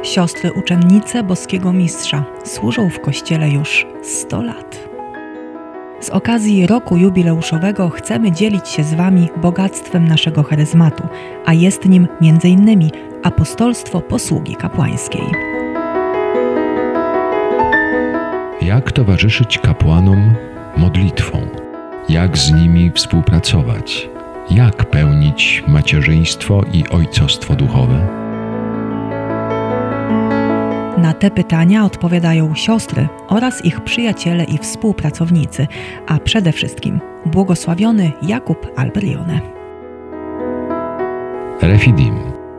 Siostry uczennice boskiego mistrza służą w kościele już 100 lat. Z okazji roku jubileuszowego chcemy dzielić się z Wami bogactwem naszego charyzmatu, a jest nim m.in. apostolstwo posługi kapłańskiej. Jak towarzyszyć kapłanom modlitwą? Jak z nimi współpracować? Jak pełnić macierzyństwo i ojcostwo duchowe? Na te pytania odpowiadają siostry oraz ich przyjaciele i współpracownicy, a przede wszystkim błogosławiony Jakub Alberione. Refidim.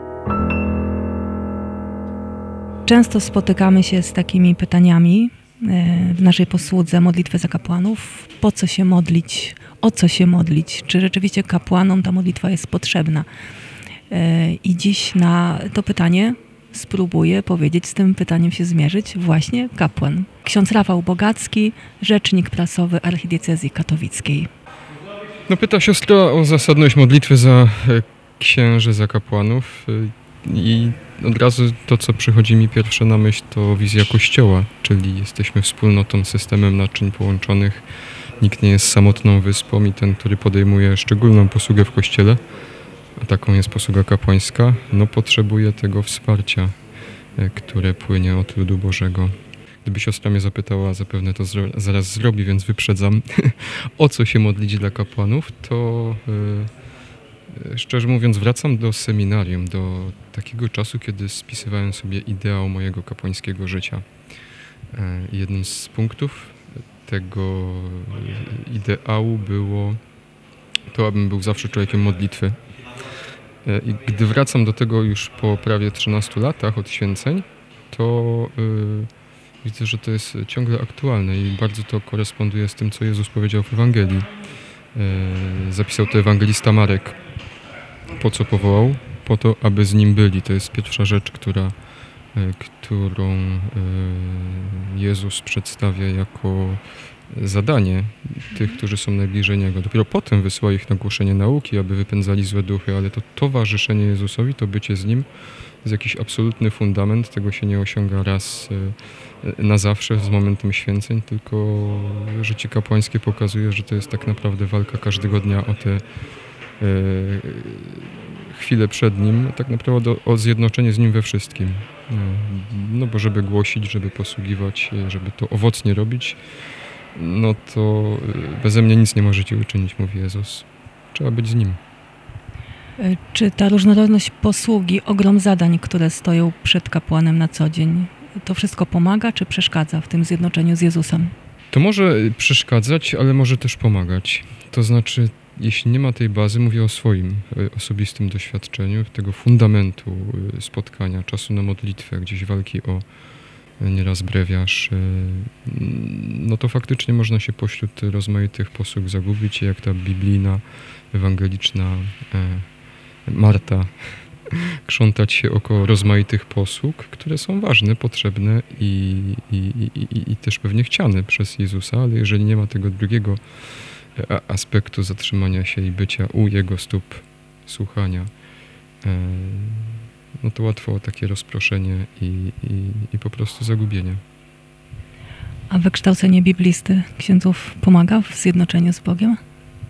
Często spotykamy się z takimi pytaniami w naszej posłudze modlitwy za kapłanów. Po co się modlić? O co się modlić? Czy rzeczywiście kapłanom ta modlitwa jest potrzebna? I dziś na to pytanie spróbuję z tym pytaniem się zmierzyć właśnie kapłan. Ksiądz Rafał Bogacki, rzecznik prasowy Archidiecezji Katowickiej. Pyta siostra o zasadność modlitwy za księży, za kapłanów i od razu to, co przychodzi mi pierwsze na myśl, to wizja Kościoła, czyli jesteśmy wspólnotą, systemem naczyń połączonych. Nikt nie jest samotną wyspą i ten, który podejmuje szczególną posługę w Kościele, a taką jest posługa kapłańska, potrzebuje tego wsparcia, które płynie od ludu Bożego. Gdyby siostra mnie zapytała, zapewne to zaraz zrobi, więc wyprzedzam, o co się modlić dla kapłanów, to szczerze mówiąc wracam do seminarium, do takiego czasu, kiedy spisywałem sobie ideał mojego kapłańskiego życia. Jednym z punktów tego ideału było to, abym był zawsze człowiekiem modlitwy. I gdy wracam do tego już po prawie 13 latach od święceń, to widzę, że to jest ciągle aktualne i bardzo to koresponduje z tym, co Jezus powiedział w Ewangelii. Zapisał to ewangelista Marek. Po co powołał? Po to, aby z nim byli. To jest pierwsza rzecz, którą Jezus przedstawia jako zadanie tych, którzy są najbliżej Niego. Dopiero potem wysyła ich na głoszenie nauki, aby wypędzali złe duchy, ale to towarzyszenie Jezusowi, to bycie z Nim jest jakiś absolutny fundament. Tego się nie osiąga raz na zawsze z momentem święceń, tylko życie kapłańskie pokazuje, że to jest tak naprawdę walka każdego dnia o te chwilę przed Nim, tak naprawdę o zjednoczenie z Nim we wszystkim. Bo żeby głosić, żeby posługiwać, żeby to owocnie robić, to beze mnie nic nie możecie uczynić, mówi Jezus. Trzeba być z Nim. Czy ta różnorodność posługi, ogrom zadań, które stoją przed kapłanem na co dzień, to wszystko pomaga czy przeszkadza w tym zjednoczeniu z Jezusem? To może przeszkadzać, ale może też pomagać. To znaczy, jeśli nie ma tej bazy, mówię o swoim osobistym doświadczeniu, tego fundamentu spotkania, czasu na modlitwę, gdzieś walki o nieraz brewiarz, to faktycznie można się pośród rozmaitych posług zagubić, jak ta biblijna, ewangeliczna Marta, krzątać się około rozmaitych posług, które są ważne, potrzebne i też pewnie chciane przez Jezusa, ale jeżeli nie ma tego drugiego aspektu zatrzymania się i bycia u Jego stóp, słuchania, to łatwo o takie rozproszenie i po prostu zagubienie. A wykształcenie biblisty księdzów pomaga w zjednoczeniu z Bogiem?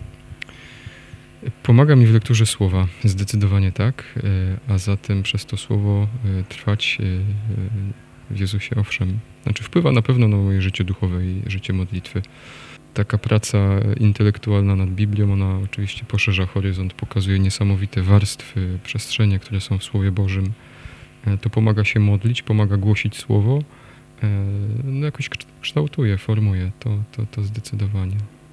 Pomaga mi w lekturze słowa, zdecydowanie tak, a zatem przez to słowo trwać w Jezusie, owszem. Znaczy wpływa na pewno na moje życie duchowe i życie modlitwy. Taka praca intelektualna nad Biblią, ona oczywiście poszerza horyzont, pokazuje niesamowite warstwy, przestrzenie, które są w Słowie Bożym. To pomaga się modlić, pomaga głosić Słowo, jakoś kształtuje, formuje, to zdecydowanie.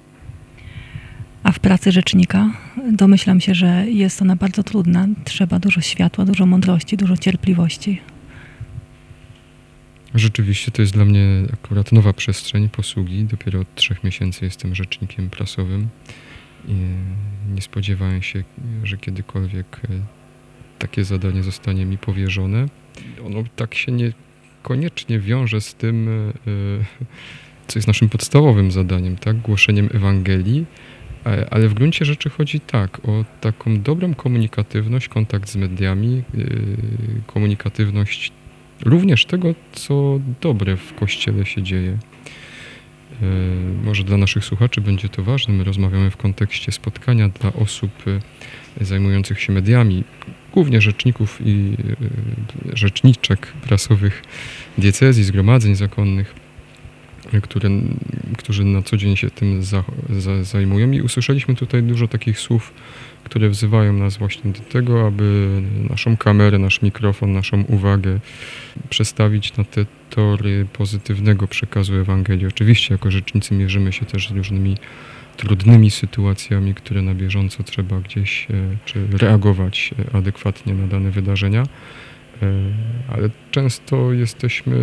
A w pracy rzecznika domyślam się, że jest ona bardzo trudna. Trzeba dużo światła, dużo mądrości, dużo cierpliwości. Rzeczywiście to jest dla mnie akurat nowa przestrzeń posługi. Dopiero od 3 miesięcy jestem rzecznikiem prasowym i nie spodziewałem się, że kiedykolwiek takie zadanie zostanie mi powierzone. Ono tak się niekoniecznie wiąże z tym, co jest naszym podstawowym zadaniem, tak? Głoszeniem Ewangelii, ale w gruncie rzeczy chodzi o taką dobrą komunikatywność, kontakt z mediami, komunikatywność również tego, co dobre w Kościele się dzieje. Może dla naszych słuchaczy będzie to ważne. My rozmawiamy w kontekście spotkania dla osób zajmujących się mediami, głównie rzeczników i rzeczniczek prasowych diecezji, zgromadzeń zakonnych, którzy na co dzień się tym zajmują. I usłyszeliśmy tutaj dużo takich słów, które wzywają nas właśnie do tego, aby naszą kamerę, nasz mikrofon, naszą uwagę przestawić na te tory pozytywnego przekazu Ewangelii. Oczywiście jako rzecznicy mierzymy się też z różnymi trudnymi sytuacjami, które na bieżąco trzeba gdzieś czy reagować adekwatnie na dane wydarzenia, ale często jesteśmy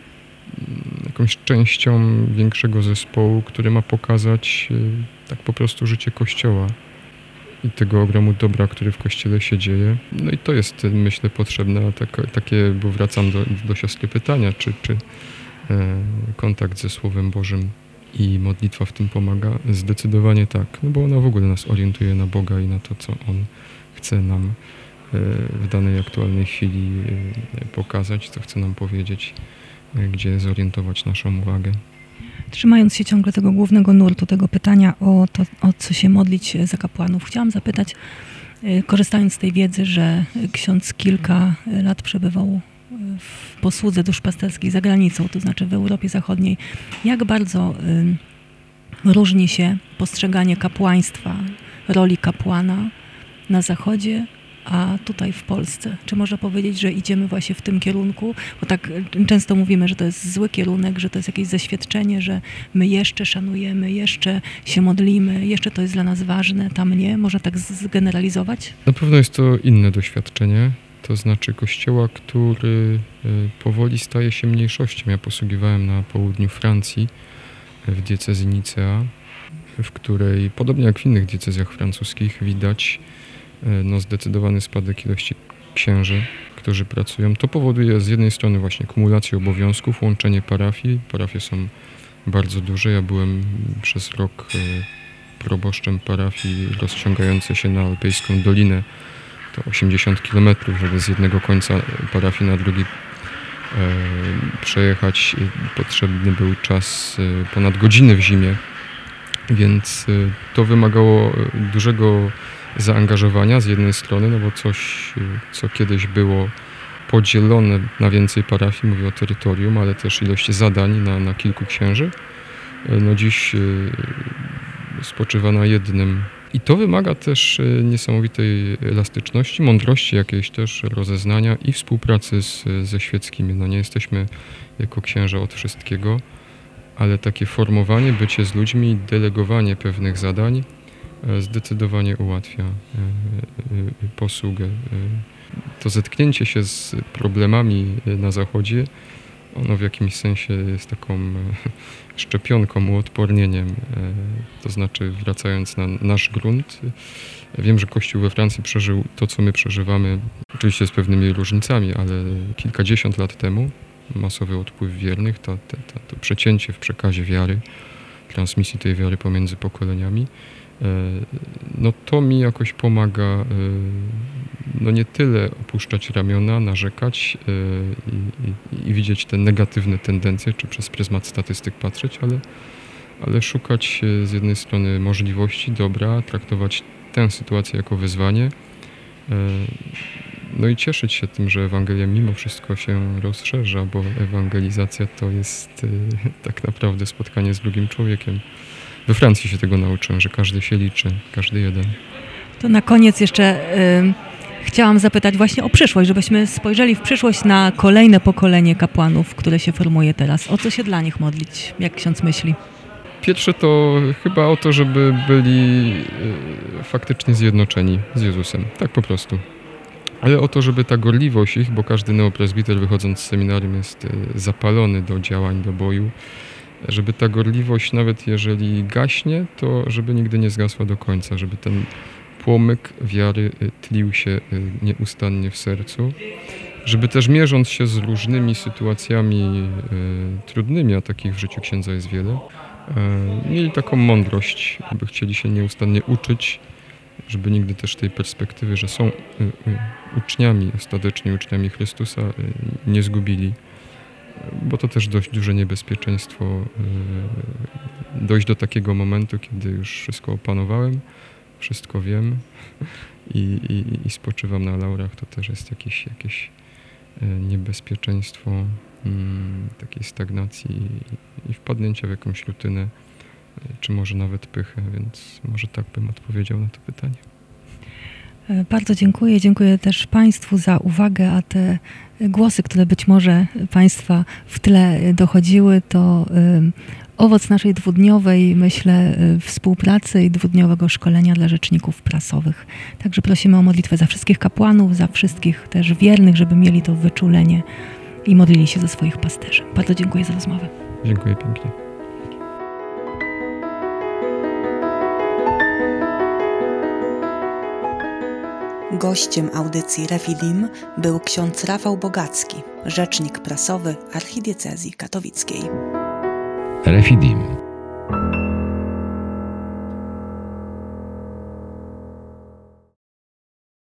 jakąś częścią większego zespołu, który ma pokazać tak po prostu życie Kościoła i tego ogromu dobra, który w Kościele się dzieje. No i to jest, myślę, potrzebne, takie, bo wracam do siostry pytania, czy kontakt ze Słowem Bożym i modlitwa w tym pomaga? Zdecydowanie tak, no bo ona w ogóle nas orientuje na Boga i na to, co On chce nam w danej aktualnej chwili pokazać, co chce nam powiedzieć, gdzie zorientować naszą uwagę. Trzymając się ciągle tego głównego nurtu, tego pytania o to, o co się modlić za kapłanów, chciałam zapytać, korzystając z tej wiedzy, że ksiądz kilka lat przebywał w posłudze duszpasterskiej za granicą, to znaczy w Europie Zachodniej, jak bardzo różni się postrzeganie kapłaństwa, roli kapłana na Zachodzie, a tutaj w Polsce? Czy można powiedzieć, że idziemy właśnie w tym kierunku? Bo tak często mówimy, że to jest zły kierunek, że to jest jakieś zaświadczenie, że my jeszcze szanujemy, jeszcze się modlimy, jeszcze to jest dla nas ważne, tam nie. Można tak zgeneralizować? Na pewno jest to inne doświadczenie, to znaczy Kościoła, który powoli staje się mniejszością. Ja posługiwałem na południu Francji, w diecezji Nicea, w której, podobnie jak w innych diecezjach francuskich, widać zdecydowany spadek ilości księży, którzy pracują. To powoduje z jednej strony właśnie kumulację obowiązków, łączenie parafii. Parafie są bardzo duże. Ja byłem przez rok proboszczem parafii rozciągającej się na Alpejską Dolinę. To 80 km, żeby z jednego końca parafii na drugi przejechać. Potrzebny był czas ponad godziny w zimie, więc to wymagało dużego zaangażowania z jednej strony, no bo coś, co kiedyś było podzielone na więcej parafii, mówię o terytorium, ale też ilość zadań na kilku księży, no dziś spoczywa na jednym. I to wymaga też niesamowitej elastyczności, mądrości jakiejś też, rozeznania i współpracy ze świeckimi. No nie jesteśmy jako księża od wszystkiego, ale takie formowanie, bycie z ludźmi, delegowanie pewnych zadań zdecydowanie ułatwia posługę. To zetknięcie się z problemami na Zachodzie, ono w jakimś sensie jest taką szczepionką, uodpornieniem. To znaczy, wracając na nasz grunt, wiem, że Kościół we Francji przeżył to, co my przeżywamy, oczywiście z pewnymi różnicami, ale kilkadziesiąt lat temu, masowy odpływ wiernych, to przecięcie w przekazie wiary, transmisji tej wiary pomiędzy pokoleniami, no to mi jakoś pomaga no nie tyle opuszczać ramiona, narzekać i widzieć te negatywne tendencje, czy przez pryzmat statystyk patrzeć, ale szukać z jednej strony możliwości, dobra, traktować tę sytuację jako wyzwanie, no i cieszyć się tym, że Ewangelia mimo wszystko się rozszerza, bo ewangelizacja to jest tak naprawdę spotkanie z drugim człowiekiem. We Francji się tego nauczyłem, że każdy się liczy, każdy jeden. To na koniec jeszcze chciałam zapytać właśnie o przyszłość, żebyśmy spojrzeli w przyszłość na kolejne pokolenie kapłanów, które się formuje teraz. O co się dla nich modlić, jak ksiądz myśli? Pierwsze to chyba o to, żeby byli faktycznie zjednoczeni z Jezusem, tak po prostu. Ale o to, żeby ta gorliwość ich, bo każdy neopresbiter wychodząc z seminarium jest zapalony do działań, do boju, żeby ta gorliwość, nawet jeżeli gaśnie, to żeby nigdy nie zgasła do końca, żeby ten płomyk wiary tlił się nieustannie w sercu, żeby też mierząc się z różnymi sytuacjami trudnymi, a takich w życiu księdza jest wiele, mieli taką mądrość, aby chcieli się nieustannie uczyć, żeby nigdy też tej perspektywy, że są uczniami, ostatecznie uczniami Chrystusa, nie zgubili. Bo to też dość duże niebezpieczeństwo dojść do takiego momentu, kiedy już wszystko opanowałem, wszystko wiem i spoczywam na laurach. To też jest jakieś niebezpieczeństwo takiej stagnacji i wpadnięcia w jakąś rutynę, czy może nawet pychę, więc może tak bym odpowiedział na to pytanie. Bardzo dziękuję. Dziękuję też Państwu za uwagę, a te głosy, które być może Państwa w tle dochodziły, to owoc naszej dwudniowej, myślę, współpracy i dwudniowego szkolenia dla rzeczników prasowych. Także prosimy o modlitwę za wszystkich kapłanów, za wszystkich też wiernych, żeby mieli to wyczulenie i modlili się za swoich pasterzy. Bardzo dziękuję za rozmowę. Dziękuję pięknie. Gościem audycji Refidim był ksiądz Rafał Bogacki, rzecznik prasowy Archidiecezji Katowickiej. Refidim.